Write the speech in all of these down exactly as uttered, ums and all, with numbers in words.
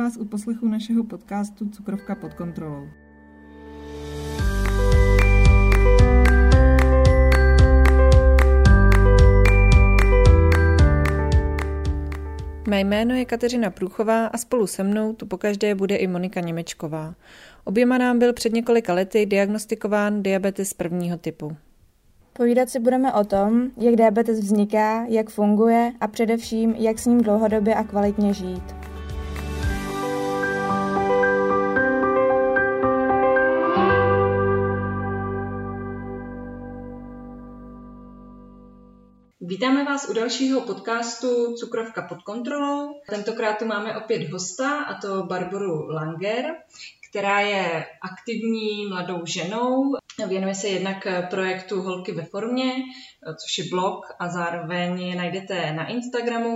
vás u poslechu našeho podcastu Cukrovka pod kontrolou. Mé jméno je Kateřina Průchová a spolu se mnou tu pokaždé bude i Monika Němečková. Oběma nám byl před několika lety diagnostikován diabetes prvního typu. Povídat si budeme o tom, jak diabetes vzniká, jak funguje a především, jak s ním dlouhodobě a kvalitně žít. Vítáme vás u dalšího podcastu Cukrovka pod kontrolou. Tentokrát tu máme opět hosta, a to Barboru Langer, která je aktivní mladou ženou. Věnuje se jednak projektu Holky ve formě, což je blog, a zároveň je najdete na Instagramu.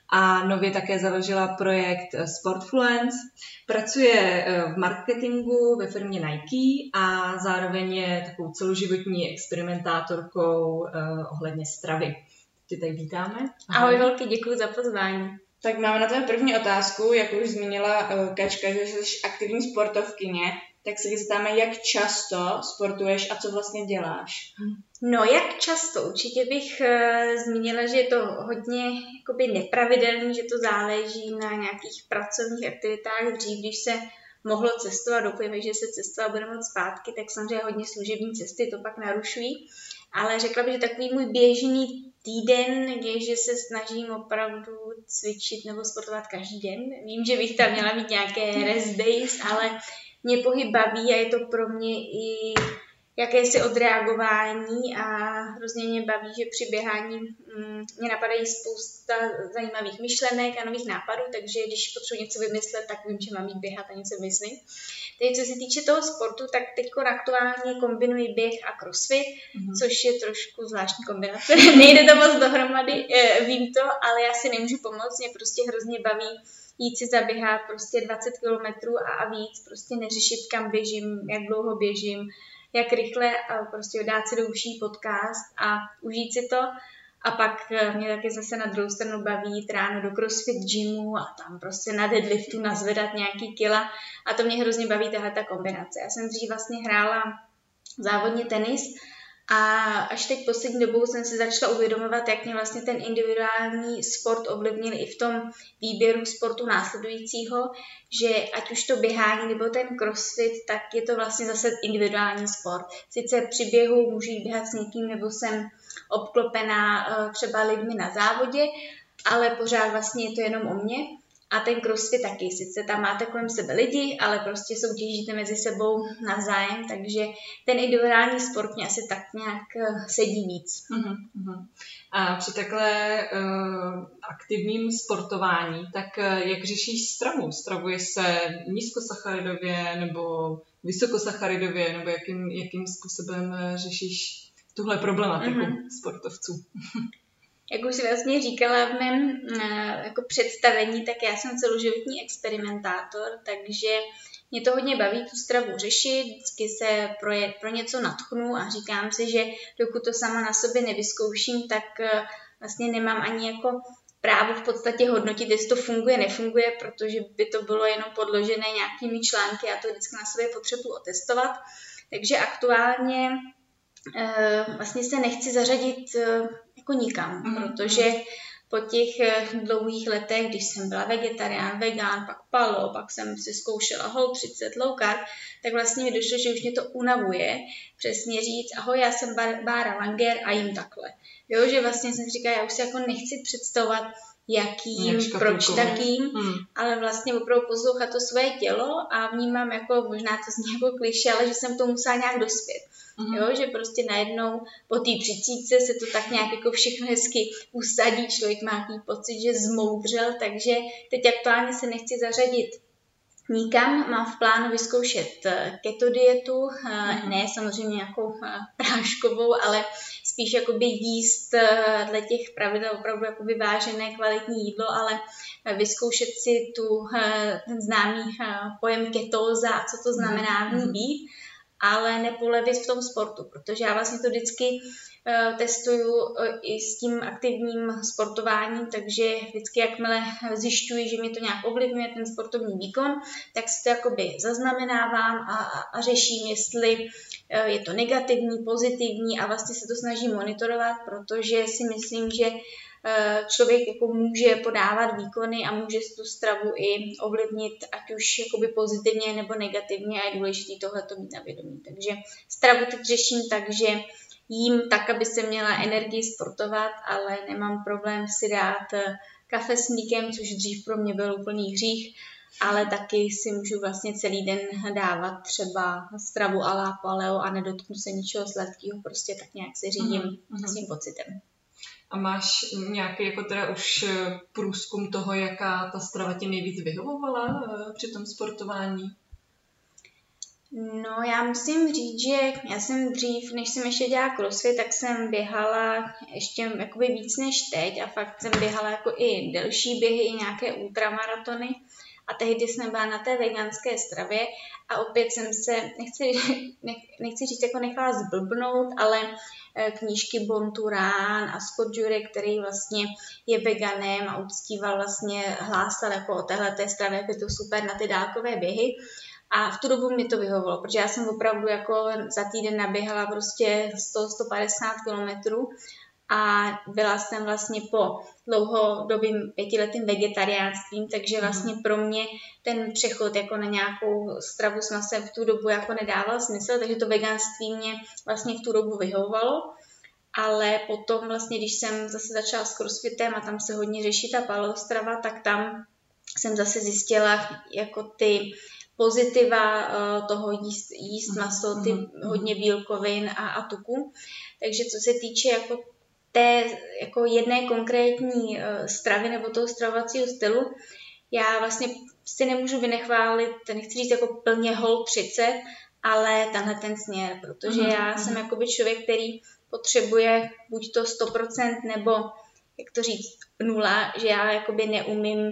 A nově také založila projekt Sportfluence. Pracuje v marketingu ve firmě Nike a zároveň je takovou celoživotní experimentátorkou ohledně stravy. Tě tady vítáme. Ahoj holky, děkuji za pozvání. Tak máme na tebe první otázku, jak už zmínila Kačka, že jsi aktivní sportovkyně, tak se zeptáme, jak často sportuješ a co vlastně děláš? No, jak často? Určitě bych uh, zmínila, že je to hodně jakoby nepravidelný, že to záleží na nějakých pracovních aktivitách. Dřív, když se mohlo cestovat, doufujeme, že se cestovat bude moc zpátky, tak samozřejmě hodně služební cesty to pak narušují. Ale řekla bych, že takový můj běžný týden je, že se snažím opravdu cvičit nebo sportovat každý den. Vím, že bych tam měla mít nějaké rest days, ale mě pohyb baví a je to pro mě i jakési odreagování a hrozně mě baví, že při běhání mm, mě napadají spousta zajímavých myšlenek a nových nápadů, takže když potřebuji něco vymyslet, tak vím, že mám jít běhat a něco vymyslím. Teď co se týče toho sportu, tak teď aktuálně kombinuji běh a crossfit, mm-hmm. což je trošku zvláštní kombinace. Nejde to moc dohromady, vím to, ale já si nemůžu pomoct, mě prostě hrozně baví jít si zaběhat prostě dvacet kilometrů a, a víc, prostě neřešit, kam běžím, jak dlouho běžím, jak rychle a prostě dát si do uší podcast a užít si to. A pak mě taky zase na druhou stranu baví jít ráno do CrossFit gymu a tam prostě na deadliftu nazvedat nějaký kila. A to mě hrozně baví tahle ta kombinace. Já jsem dřív vlastně hrála závodně tenis a až teď poslední dobou jsem si začala uvědomovat, jak mě vlastně ten individuální sport ovlivnil i v tom výběru sportu následujícího, že ať už to běhání nebo ten crossfit, tak je to vlastně zase individuální sport. Sice při běhu můžu jít běhat s někým, nebo jsem obklopená třeba lidmi na závodě, ale pořád vlastně je to jenom o mně. A ten crossfit taky, sice tam máte kolem sebe lidi, ale prostě soutěžíte mezi sebou navzájem, takže ten individuální sport mě asi tak nějak sedí víc. Uh-huh, uh-huh. A při takhle uh, aktivním sportování, tak uh, jak řešíš stravu? Stravuješ se nízkosacharidově nebo vysokosacharidově, nebo jakým, jakým způsobem řešíš tuhle problematiku uh-huh. sportovců? Jak už si vlastně říkala v mém jako představení, tak já jsem celoživotní experimentátor, takže mě to hodně baví tu stravu řešit, vždycky se pro, je, pro něco nadchnu a říkám si, že dokud to sama na sobě nevyzkouším, tak vlastně nemám ani jako právo v podstatě hodnotit, jestli to funguje, nefunguje, protože by to bylo jenom podložené nějakými články a to vždycky na sobě potřebuji otestovat. Takže aktuálně vlastně se nechci zařadit jako nikam, mm-hmm. protože po těch dlouhých letech, když jsem byla vegetarián, vegán, pak paleo, pak jsem si zkoušela whole třicet, low carb, tak vlastně mi došlo, že už mě to unavuje přesně říct, ahoj, já jsem Bára Langer a jim takhle. Jo, že vlastně jsem říkala, já už si jako nechci představovat, jakým, proč takým, hmm. ale vlastně opravdu poslouchat to svoje tělo a vnímám jako, možná to zní jako klišé, ale že jsem to musela nějak dospět. Hmm. Jo, že prostě najednou po té třicítce se to tak nějak jako všechno hezky usadí, člověk má takový pocit, že zmoudřel, takže teď aktuálně se nechci zařadit nikam, mám v plánu vyzkoušet keto dietu, hmm. ne samozřejmě nějakou práškovou, ale spíš jakoby jíst dle těch pravidel opravdu jako vyvážené kvalitní jídlo, ale vyzkoušet si tu, ten známý pojem ketóza a co to znamená v ní být. ale nepolevit v tom sportu, protože já vlastně to vždycky uh, testuju uh, i s tím aktivním sportováním, takže vždycky jakmile zjišťuji, že mě to nějak ovlivňuje ten sportovní výkon, tak si to jakoby zaznamenávám a, a řeším, jestli uh, je to negativní, pozitivní a vlastně se to snažím monitorovat, protože si myslím, že člověk jako může podávat výkony a může tu stravu i ovlivnit, ať už jakoby pozitivně nebo negativně, a je důležité tohleto mít na vědomí. Takže stravu teď řeším tak, že jím tak, aby se měla energii sportovat, ale nemám problém si dát kafe s mlíkem, což dřív pro mě byl úplný hřích, ale taky si můžu vlastně celý den dávat třeba stravu a la paleo a nedotknu se ničeho sladkého, prostě tak nějak se řídím mm-hmm. svým pocitem. A máš nějaký jako teda už průzkum toho, jaká ta strava tě nejvíc vyhovovala při tom sportování? No, já musím říct, že já jsem dřív, než jsem ještě dělala crossfit, tak jsem běhala ještě jakoby víc než teď a fakt jsem běhala jako i delší běhy, i nějaké ultramaratony. A tehdy jsem byla na té veganské stravě a opět jsem se, nechci, nech, nechci říct, jako nechala zblbnout, ale knížky Bonturán a Scott Jurek, který vlastně je veganem a uctíval vlastně, hlásal jako o téhleté stravě, jak je to super na ty dálkové běhy. A v tu dobu mi to vyhovovalo, protože já jsem opravdu jako za týden naběhala prostě sto až sto padesát kilometrů a byla jsem vlastně po dlouhodobým pětiletým vegetariánstvím, takže vlastně pro mě ten přechod jako na nějakou stravu s masem v tu dobu jako nedával smysl, takže to veganství mě vlastně v tu dobu vyhovovalo. Ale potom vlastně, když jsem zase začala s crossfitem a tam se hodně řeší ta paleostrava, tak tam jsem zase zjistila jako ty pozitiva toho jíst, jíst maso, ty hodně bílkovin a, a tuku. Takže co se týče jako té jako jedné konkrétní stravy nebo toho stravovacího stylu, já vlastně si nemůžu vynechválit, nechci říct jako plně whole třicet, ale tenhle ten směr, protože mm, já mm. jsem jakoby člověk, který potřebuje buď to sto procent nebo, jak to říct, nula, že já jakoby neumím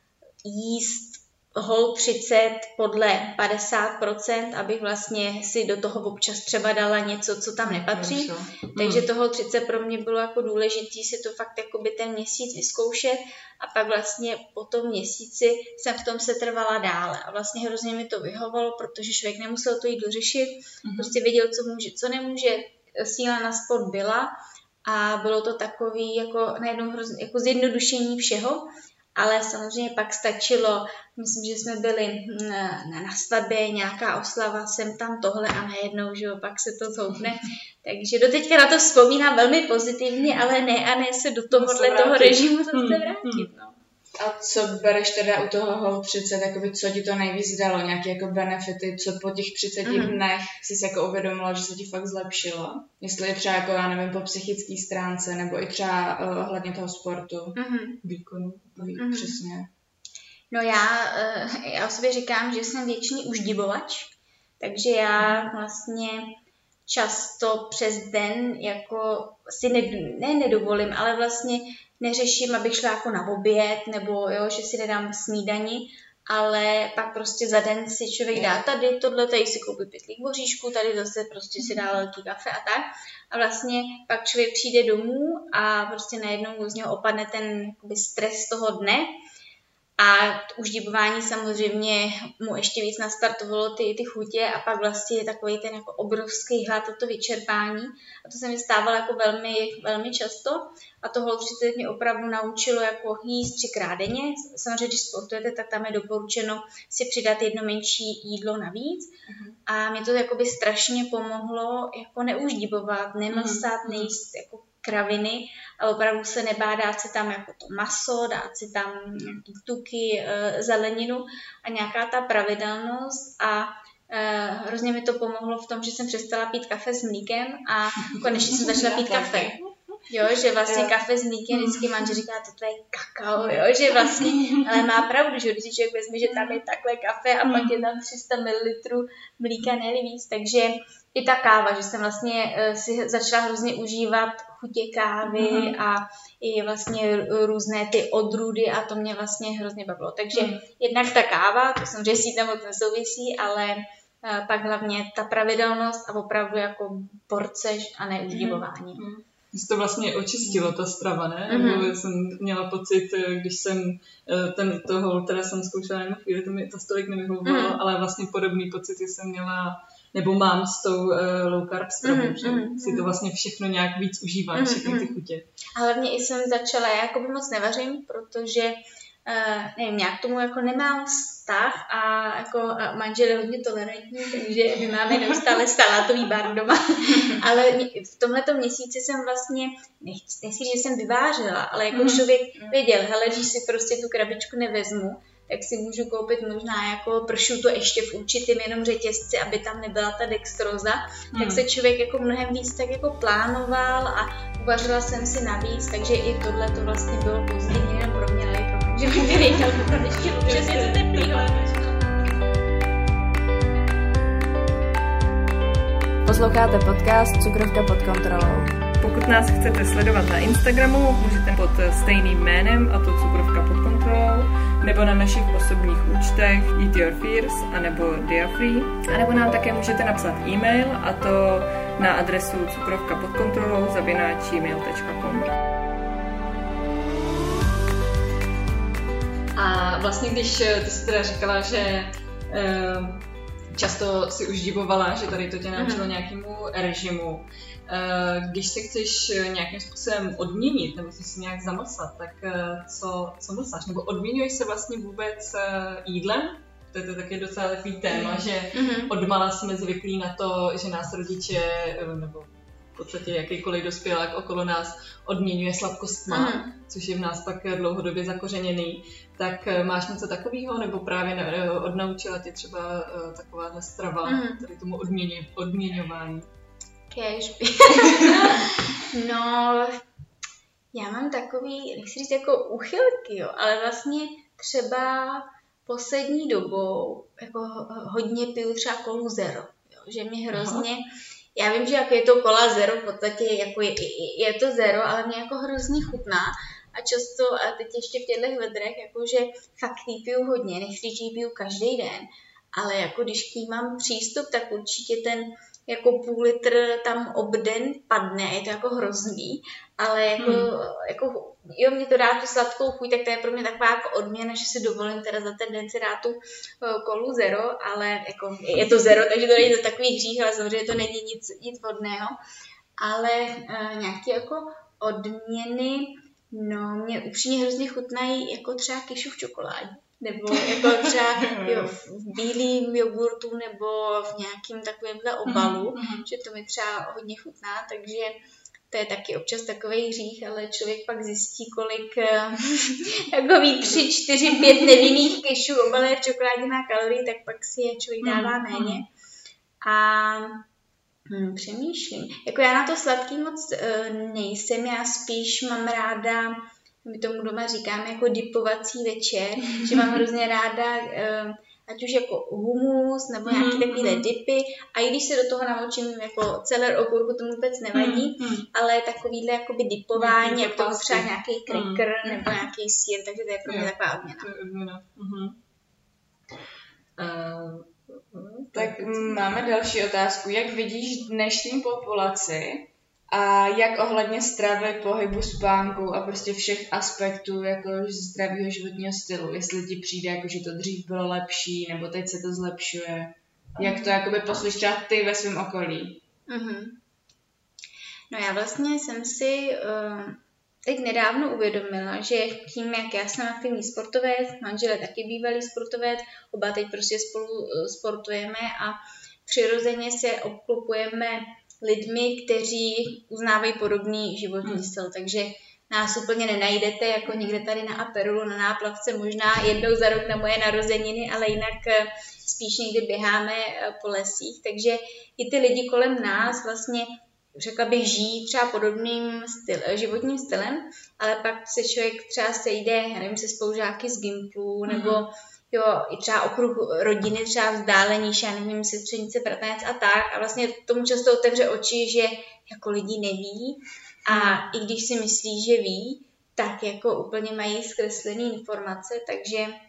jíst whole třicet podle padesát procent, abych vlastně si do toho občas třeba dala něco, co tam nepatří. Mm. Takže to whole třicet pro mě bylo jako důležitý si to fakt jakoby ten měsíc vyzkoušet a pak vlastně po tom měsíci jsem v tom se trvala dále. A vlastně hrozně mi to vyhovovalo, protože člověk nemusel to jídlo řešit, mm. prostě věděl, co může, co nemůže, síla na sport byla a bylo to takový jako najednou hrozně, jako zjednodušení všeho. Ale samozřejmě pak stačilo, myslím, že jsme byli na, na svatbě, nějaká oslava, jsem tam tohle a najednou, že jo, pak se to zhoupne. Takže do teďka na to vzpomínám velmi pozitivně, ale ne a ne se do tohohle toho režimu zase hmm. vrátit. No. A co bereš teda u toho whole třicet, jakoby, co ti to nejvíc dalo, nějaké jako benefity, co po těch třiceti mm. dnech jsi se jako uvědomila, že se ti fakt zlepšilo? Jestli je třeba jako, já nevím, po psychické stránce, nebo i třeba uh, hledně toho sportu, mm-hmm. výkonu, mm-hmm. přesně. No já, uh, já o sobě říkám, že jsem věčný uždivovač, takže já vlastně často přes den jako si ne, ne nedovolím, ale vlastně neřeším, abych šla jako na oběd, nebo jo, že si nedám snídani, ale pak prostě za den si člověk dá tady tohle, tady si koupí pytlík voříšku, tady zase prostě si dá velký kafe a tak. A vlastně pak člověk přijde domů a prostě najednou z něho opadne ten jakoby stres toho dne. A uždibování samozřejmě mu ještě víc nastartovalo ty, ty chutě a pak vlastně je takový ten jako obrovský hlad, toto vyčerpání. A to se mi stávalo jako velmi, velmi často. A to whole třicet mě opravdu naučilo jako jíst třikrát denně. Samozřejmě, když sportujete, tak tam je doporučeno si přidat jedno menší jídlo navíc. Uh-huh. A mě to jakoby strašně pomohlo jako neuždibovat, nemlsat, uh-huh. nejíst jako kraviny a opravdu se nebá dát si tam jako to maso, dát si tam nějaký tuky, zeleninu a nějaká ta pravidelnost a uh, hrozně mi to pomohlo v tom, že jsem přestala pít kafe s mlíkem a konečně jsem začala pít kafe. Jo, že vlastně jo. kafe s mlíkem, vždycky manžel říká, to je kakao, jo, že vlastně, ale má pravdu, že když si člověk vezme, že tam je takhle kafe a pak je tam tři sta mililitrů mlíka, ne víc, takže i ta káva, že jsem vlastně uh, si začala hrozně užívat chutě kávy mm-hmm. a i vlastně různé ty odrůdy a to mě vlastně hrozně bavilo. Takže mm. jednak ta káva, to samozřejmě s jídlem moc nesouvisí, ale pak hlavně ta pravidelnost a opravdu jako porce a ne uždivování. Mm. Jsi to vlastně očistilo, ta strava, ne? Mm-hmm. Nebo jsem měla pocit, když jsem ten, toho, teda jsem zkoušela jenom chvíli, to mi to stolik nevyhovovalo, mm-hmm. ale vlastně podobný pocit jsem měla, nebo mám s tou uh, low carb stravou, mm-hmm. že mm-hmm. si to vlastně všechno nějak víc užívám, mm-hmm. všechny ty chutě. A hlavně i jsem začala, já jakoby moc nevařím, protože Uh, nevím, nějak tomu jako nemám vztah a jako uh, manžel je hodně tolerantní, takže my máme neustále salátový bar doma, ale v tomhleto měsíci jsem vlastně, nechci, nechci, že jsem vyvářela, ale jako mm. člověk věděl, hele, když si prostě tu krabičku nevezmu, tak si můžu koupit možná jako pršuto ještě v určitým jenom řetězci, aby tam nebyla ta dextróza, mm. tak se člověk jako mnohem víc tak jako plánoval a uvařila jsem si navíc, takže i tohle to vlastně bylo pozitivní jenom pro mě, ale i pro že bych nevěděl, že tam ještě občas je to teplýho. Posloucháte podcast Cukrovka pod kontrolou. Pokud nás chcete sledovat na Instagramu, můžete pod stejným jménem, a to Cukrovka pod kontrolou, nebo na našich osobních účtech Eat Your Fears, anebo Diafree, anebo nám také můžete napsat e-mail, a to na adresu cukrovka pod kontrolou zavináč gmail tečka com. A vlastně když ty jsi teda říkala, že e, často si už divovala, že tady to tě naučilo mm. nějakému režimu, e, když se chceš nějakým způsobem odměnit nebo si nějak zamlsat, tak e, co, co mlsáš? Nebo odměňuješ se vlastně vůbec e, jídlem? To je to taky docela takový téma, mm. že mm. odmala jsme zvyklí na to, že nás rodiče e, nebo v podstatě jakýkoliv dospělák okolo nás odměňuje sladkostma, mm. což je v nás pak dlouhodobě zakořeněný. Tak máš něco takového, nebo právě odnaučila tě třeba takováhle strava, mm. tady tomu odměně, odměňování? Kéž by. No, já mám takový, nechci říct jako úchylky, jo, ale vlastně třeba poslední dobou jako hodně piju třeba kolu zero, jo, že mě hrozně... Aha. Já vím, že jako je to kola zero, v podstatě jako je, je to zero, ale mě jako hrozně chutná a často, a teď ještě v těchto vedrech, jakože fakt jí piju hodně, nechci, že jí piju každý den, ale jako když k ní mám přístup, tak určitě ten jako půl litr tam obden padne, je to jako hrozný, ale jako, hmm. jako jo, mě to dá tu sladkou chuť, tak to je pro mě taková jako odměna, že si dovolím teda za ten den si dát tu uh, kolu zero, ale jako je to zero, takže to není to takový hřích, ale samozřejmě to není nic, nic vodného, ale uh, nějaké jako odměny, no mě upřímně hrozně chutnají jako třeba kešu v čokoládě. Nebo jako třeba jo, v bílým jogurtu nebo v nějakým takovémhle obalu, mm-hmm. že to mi třeba hodně chutná, takže to je taky občas takový hřích, ale člověk pak zjistí, kolik takový tři, čtyři, pět nevinných kešů obalé v čokoládě má kalorii, tak pak si je člověk dává méně. A hm, přemýšlím. Jako já na to sladký moc uh, nejsem, já spíš mám ráda, my tomu doma říkáme jako dipovací večer, že mám hrozně ráda uh, ať už jako humus nebo nějaké takovéhle dipy a i když se do toho namočím jako celer okurku, tomu vůbec nevadí, mm, mm. ale takovýhle jakoby dipování, jak to třeba nějaký cracker mm. nebo nějaký sýr, takže to je pro mě yeah. taková odměna. To je odměna. Mm-hmm. Uh, tak máme další otázku. Jak vidíš dnešní populaci a jak ohledně stravy, pohybu, spánku a prostě všech aspektů jako zdravého životního stylu? Jestli ti přijde, jako, že to dřív bylo lepší, nebo teď se to zlepšuje? Jak to jakoby poslyš třeba ty ve svém okolí? Mm-hmm. No já vlastně jsem si uh, teď nedávno uvědomila, že tím, jak já jsem aktivní sportovec, manžel je taky bývalý sportovec, oba teď prostě spolu uh, sportujeme a přirozeně se obklopujeme lidmi, kteří uznávají podobný životní hmm. styl, takže nás úplně nenajdete jako někde tady na Aperulu, na náplavce, možná jednou za rok na moje narozeniny, ale jinak spíš někdy běháme po lesích, takže i ty lidi kolem nás vlastně, řekla bych, žijí třeba podobným styl, životním stylem, ale pak se člověk třeba sejde, já nevím, se spolužáky z Gimplu, hmm. nebo jo, i třeba okruh rodiny, třeba vzdálenější, já nevím, sestřenice, bratranec a tak. A vlastně tomu často otevře oči, že jako lidi neví. A i když si myslí, že ví, tak jako úplně mají zkreslené informace, takže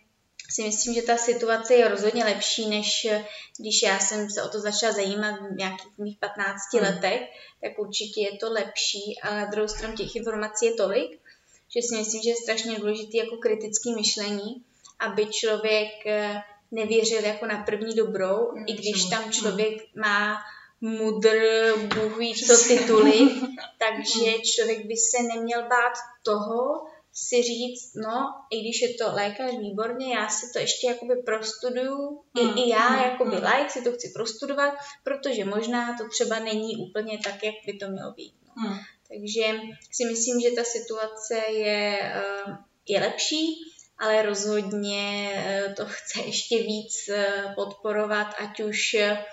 si myslím, že ta situace je rozhodně lepší, než když já jsem se o to začala zajímat v nějakých mých patnácti letech, tak určitě je to lepší, ale na druhou stranu těch informací je tolik, že si myslím, že je strašně důležitý jako kritické myšlení, aby člověk nevěřil jako na první dobrou, mm, i když tam člověk mm. má mudr, bůh ví co tituly, takže člověk by se neměl bát toho, si říct, no, i když je to lékař, výborně, já si to ještě jakoby prostuduju, mm, i, i já mm, jakoby mm. like si to chci prostudovat, protože možná to třeba není úplně tak, jak by to mělo být. No. Mm. Takže si myslím, že ta situace je, je lepší, ale rozhodně to chce ještě víc podporovat, ať už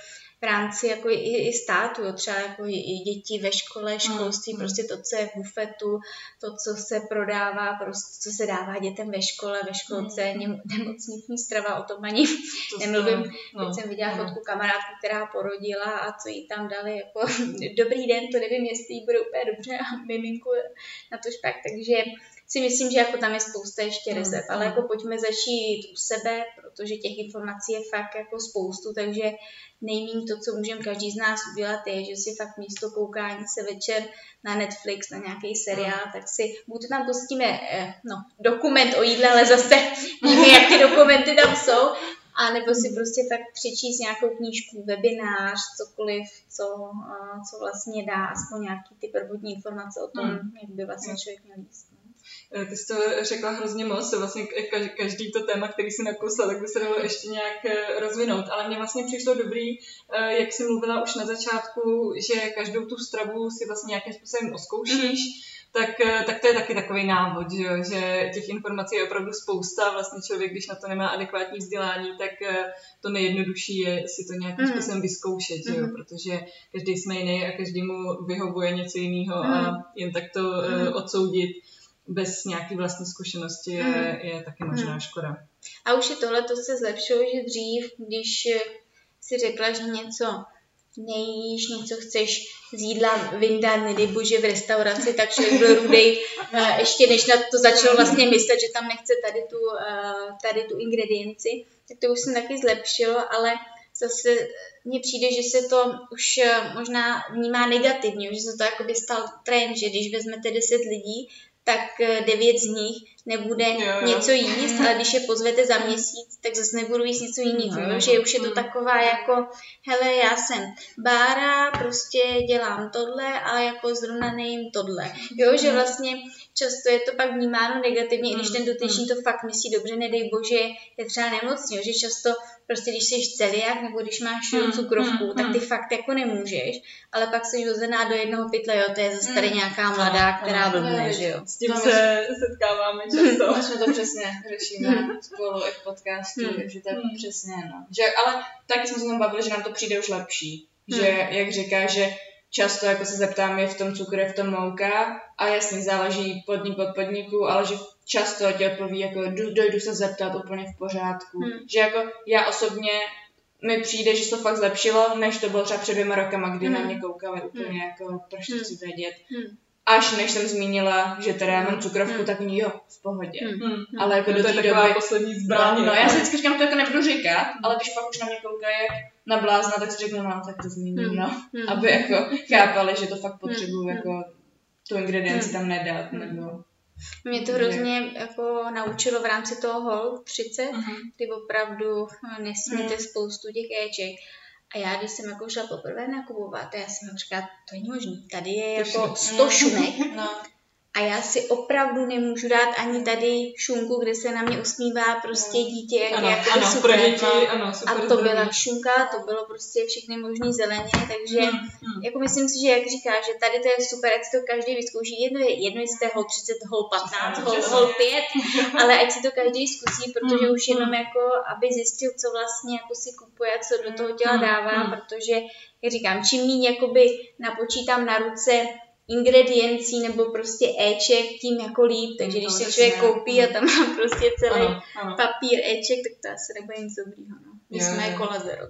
v rámci jako i, i státu, jo, třeba jako i, i děti ve škole, školství, mm, prostě to, co je v bufetu, to, co se prodává, prostě, co se dává dětem ve škole, ve školce, mm. nemocniční strava, o tom ani to nemluvím. No, teď jsem viděla no. fotku kamarádku, která porodila a co jí tam dali, jako dobrý den, to nevím, jestli jí bude úplně dobře a miminku na to špak, takže si myslím, že jako tam je spousta ještě rezerv, mm. ale jako pojďme začít u sebe, protože těch informací je fakt jako spoustu, takže nejméně to, co můžeme každý z nás udělat, je, že si fakt místo koukání se večer na Netflix, na nějaký seriál, tak si buď tam pustíme no, dokument o jídle, ale zase víme, jak ty dokumenty tam jsou, a nebo si prostě tak přečíst nějakou knížku, webinář, cokoliv, co, co vlastně dá aspoň nějaký ty prvotní informace o tom, mm. jak by vlastně člověk měl jíst. Ty jsi to řekla hrozně moc, vlastně každý to téma, který si nakousla, tak by se dalo ještě nějak rozvinout, ale mně vlastně přišlo dobrý, jak jsi mluvila už na začátku, že každou tu stravu si vlastně nějakým způsobem oskoušíš, tak, tak to je taky takový návod, že, že těch informací je opravdu spousta, vlastně člověk, když na to nemá adekvátní vzdělání, tak to nejjednodušší je si to nějakým způsobem vyzkoušet, že jo? Protože každý jsme jiný a každému vyhovuje něco jiného a jen tak to odsoudit bez nějaké vlastní zkušenosti je, mm. je taky možná škoda. A už je tohle, to se zlepšilo, že dřív, když si řekla, že něco nejíš, něco chceš z jídla vyndat, nedej bože v restauraci, tak člověk byl rudej, ještě než na to začal vlastně myslet, že tam nechce tady tu, tady tu ingredienci, tak to už se taky zlepšilo, ale zase mně přijde, že se to už možná vnímá negativně, že se to jakoby stal trend, že když vezmete deset lidí, tak devět z nich nebude jo, jo. něco jíst, ale když je pozvete za měsíc, tak zase nebudu jíst něco jiného, no, že už je to taková jako, hele, já jsem Bára, prostě dělám tohle a jako zrovna nejím tohle. Jo, že vlastně často je to pak vnímáno negativně, i když ten dotyčný to fakt myslí dobře, nedej bože, je třeba nemocný, že často prostě když jsi celiák nebo když máš cukrovku, tak ty fakt jako nemůžeš, ale pak jsi hozená do jednoho pytle, jo, to je zase tady nějaká mladá, která blbne, že jo. S tím se setkáváme často. My jsme to přesně řešíme spolu i v podcastu, že to je přesně, no. Že, ale taky jsme se tam bavili, že nám to přijde už lepší, že jak říká, že často jako se zeptám, je v tom cukr, je v tom mouka a jasně záleží podnik od podniku, ale že často ti odpoví, jako dojdu se zeptat úplně v pořádku. Hmm. Že jako já osobně mi přijde, že se to fakt zlepšilo, než to bylo třeba před dvěma rokama, kdy hmm. na mě koukali úplně hmm. jako, proč to chci vědět. Hmm. Až než jsem zmínila, že teda já mám cukrovku, hmm. tak jo, v pohodě. Hmm. Ale jako no, do té doby... poslední zbraň. No, no, já si vždycky říkám, to jako nebudu říkat, ale když pak už na mě koukají na blázna, tak si řeknu, no, tak to zmíním, hmm. no. Hmm. Aby jako chápali, že to fakt potřebuju hmm. jako tu ingredienci hmm. tam nedat, nebo... Mě to hrozně jako naučilo v rámci toho hol třicet, uh-huh. kdy opravdu nesmíte uh-huh. spoustu těch éček. A já, když jsem jako šla poprvé nakupovat, já jsem říkala, to není možný, tady je jako sto šunek. No. A já si opravdu nemůžu dát ani tady šunku, kde se na mě usmívá prostě dítě, jak ano, je jako ano, super. Děti, ano, super. A to byla šunka, to bylo prostě všechny možný zeleně, takže hmm, hmm. jako myslím si, že jak říkáš, že tady to je super, ať si to každý vyzkouší, jedno je, jedno jestli hol třicet, hol patnáct, hol, hol pět, ale ať si to každý zkusí, protože už jenom jako, aby zjistil, co vlastně jako si kupuje, co do toho těla dává, hmm. protože, jak říkám, čím méně jakoby napočítám na ruce ingrediencí nebo prostě éček, tím jako líp, takže když se člověk koupí a tam má prostě celý ano, ano. papír éček, tak to asi nebude nic dobrýho, no. My jo, jsme kola zero.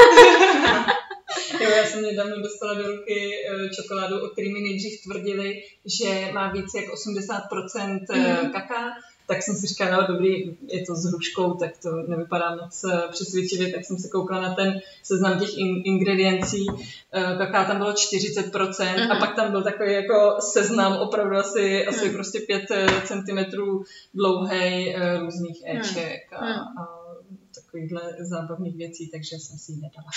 Jo, já jsem nedávno dostala do ruky čokoládu, o který mi nejdřív tvrdili, že má víc jak osmdesát procent mm. kaká tak jsem si říkala, no dobrý, je to s hruškou, tak to nevypadá moc přesvědčivě, tak jsem se koukala na ten seznam těch in- ingrediencí, kaká tam bylo čtyřicet procent mm. a pak tam byl takový jako seznam opravdu asi, mm. asi prostě pět centimetrů dlouhej různých éček mm. a, a takovýchhle zábavných věcí, takže jsem si ji nedala.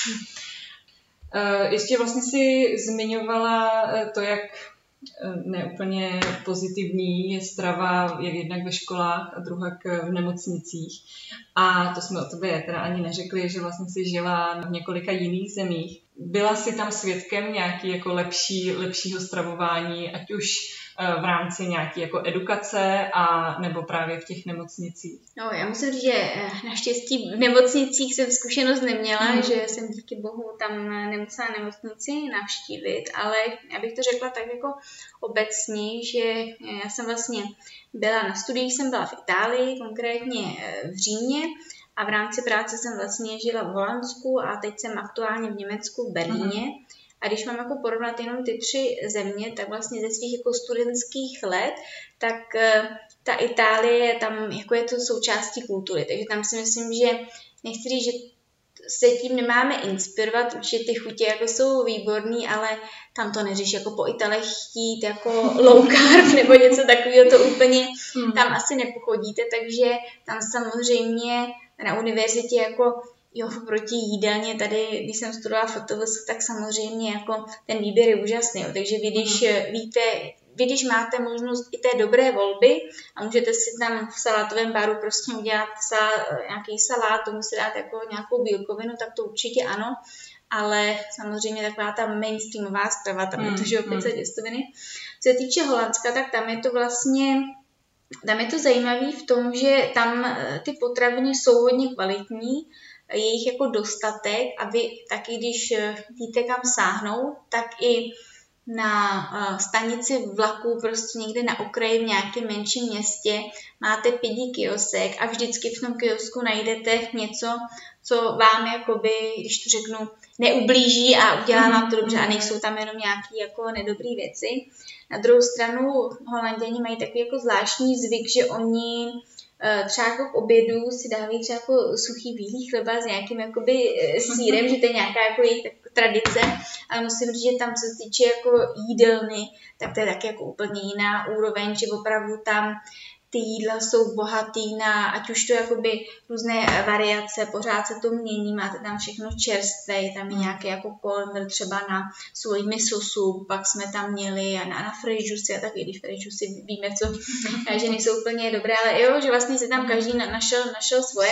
Mm. Ještě vlastně si zmiňovala to, jak neúplně pozitivní je strava jak jednak ve školách a druhak v nemocnicích. A to jsme o tobě teda ani neřekli, že vlastně si žila v několika jiných zemích. Byla jsi tam svědkem nějaký jako lepší, lepšího stravování, ať už v rámci nějaké jako edukace a nebo právě v těch nemocnicích? No, já musím říct, že naštěstí v nemocnicích jsem zkušenost neměla, mm. že jsem díky bohu tam nemusela nemocnici navštívit, ale abych to řekla tak jako obecně, že já jsem vlastně byla na studiích, jsem byla v Itálii, konkrétně v Římě, a v rámci práce jsem vlastně žila v Holandsku a teď jsem aktuálně v Německu, v Berlíně. Mm. A když mám jako porovnat jenom ty tři země, tak vlastně ze svých jako studentských let, tak ta Itálie, tam jako je to součástí kultury. Takže tam si myslím, že nechci říct, že se tím nemáme inspirovat, určitě ty chutě jako jsou výborný, ale tam to neříš jako po Italech chtít jako low carb nebo něco takového, to úplně hmm. tam asi nepochodíte, takže tam samozřejmě na univerzitě jako jo, proti jídelně, tady, když jsem studovala fotovz, tak samozřejmě jako ten výběr je úžasný, jo. Takže vy, když mm. víte, vy, když máte možnost i té dobré volby a můžete si tam v salátovém baru prostě udělat salát, nějaký salát, tomu si dát jako nějakou bílkovinu, tak to určitě ano, ale samozřejmě taková ta mainstreamová strava, tam je to, že opět se těstoviny. Co se týče Holandska, tak tam je to vlastně tam je to zajímavé v tom, že tam ty potraviny jsou hodně kvalitní, je jich jako dostatek a vy taky, když víte kam sáhnout, tak i na stanici vlaku prostě někde na okraji v nějakém menším městě máte pěti kiosek a vždycky v tom kiosku najdete něco, co vám jakoby, když to řeknu, neublíží a udělá vám to dobře a nejsou tam jenom nějaké jako nedobré věci. Na druhou stranu Holanděni mají takový jako zvláštní zvyk, že oni třeba jako k obědu si dávají třeba jako suchý bílý chleba s nějakým jakoby sýrem, že to je nějaká jako jejich tradice, ale musím říct, že tam, co se týče jako jídelny, tak to je taky jako úplně jiná úroveň, že opravdu tam ty jídla jsou bohatý na, ať už to jakoby různé variace, pořád se to mění, máte tam všechno čerstvé, je tam i nějaké jako kolmr třeba na svůj miso soup, pak jsme tam měli a na, na fresh juicy a taky, když fresh juicy víme, co, že nejsou úplně dobré, ale jo, že vlastně se tam každý našel, našel svoje.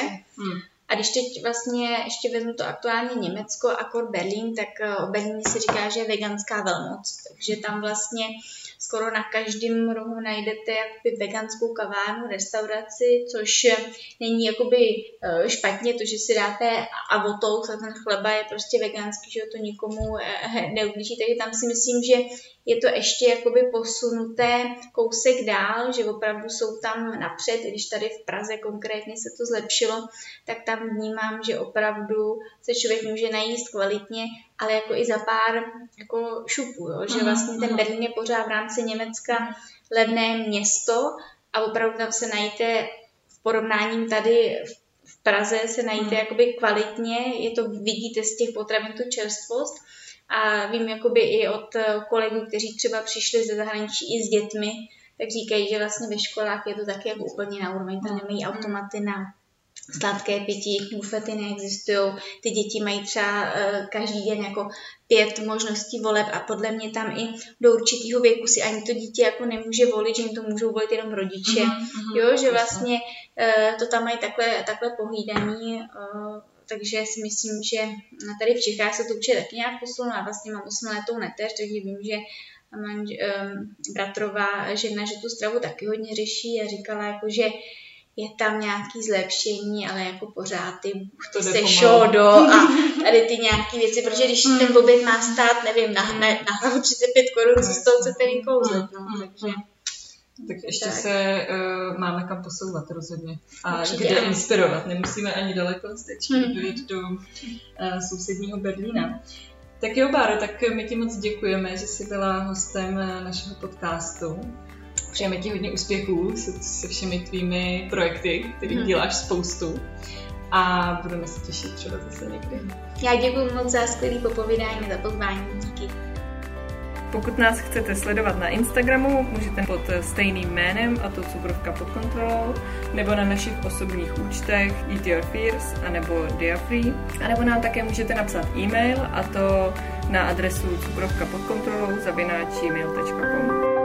A když teď vlastně ještě vezmu to aktuálně Německo a kor Berlín, tak o Berlíně se říká, že je veganská velmoc, takže tam vlastně skoro na každém rohu najdete jakoby veganskou kavárnu, restauraci, což není jakoby špatně, to, že si dáte avotoust a ten chleba je prostě veganský, že to nikomu neublíží, takže tam si myslím, že je to ještě jakoby posunuté kousek dál, že opravdu jsou tam napřed, když tady v Praze konkrétně se to zlepšilo, tak tam vnímám, že opravdu se člověk může najíst kvalitně, ale jako i za pár jako šupů, jo? Že vlastně ten Berlín je pořád v rámci Německa levné město a opravdu tam se najíte v porovnáním tady v Praze se najíte jakoby kvalitně, je to, vidíte z těch potravin tu čerstvost. A vím jakoby i od kolegů, kteří třeba přišli ze zahraničí i s dětmi, tak říkají, že vlastně ve školách je to taky jako úplně na úroveň, tam nemají automaty na sladké pití, bufety neexistují, ty děti mají třeba uh, každý den jako pět možností voleb a podle mě tam i do určitého věku si ani to dítě jako nemůže volit, že jim to můžou volit jenom rodiče, mm-hmm, jo, že vlastně uh, to tam mají takhle, takhle pohlídaný, uh, takže si myslím, že tady v Čechách se to určitě taky nějak posunulo a vlastně mám osmiletou neteř, takže vím, že manž, um, bratrová žena, že tu stravu taky hodně řeší a říkala, jako, že je tam nějaký zlepšení, ale jako pořád ty buchty se šodo a tady ty nějaký věci, protože když ten oběd má stát, nevím, na, na, na třicet pět korun, co z toho chcete vykouzlet, no, takže... Tak ještě tak. se uh, máme kam posouvat rozhodně a určitě, kde ano. inspirovat. Nemusíme ani daleko, stačí hmm. dojít do uh, sousedního Berlína. Tak jo, Báro, tak my ti moc děkujeme, že jsi byla hostem našeho podcastu. Přejeme ti hodně úspěchů se, se všemi tvými projekty, kterých hmm. děláš spoustu. A budeme se těšit třeba zase někdy. Já děkuji moc za skvělý popovídání, za pozvání. Díky. Pokud nás chcete sledovat na Instagramu, můžete pod stejným jménem, a to Cukrovka pod kontrolou, nebo na našich osobních účtech Eat Your Fears anebo Diafree. A nebo nám také můžete napsat e-mail, a to na adresu cukrovka pod kontrolou zavináč gmail tečka com.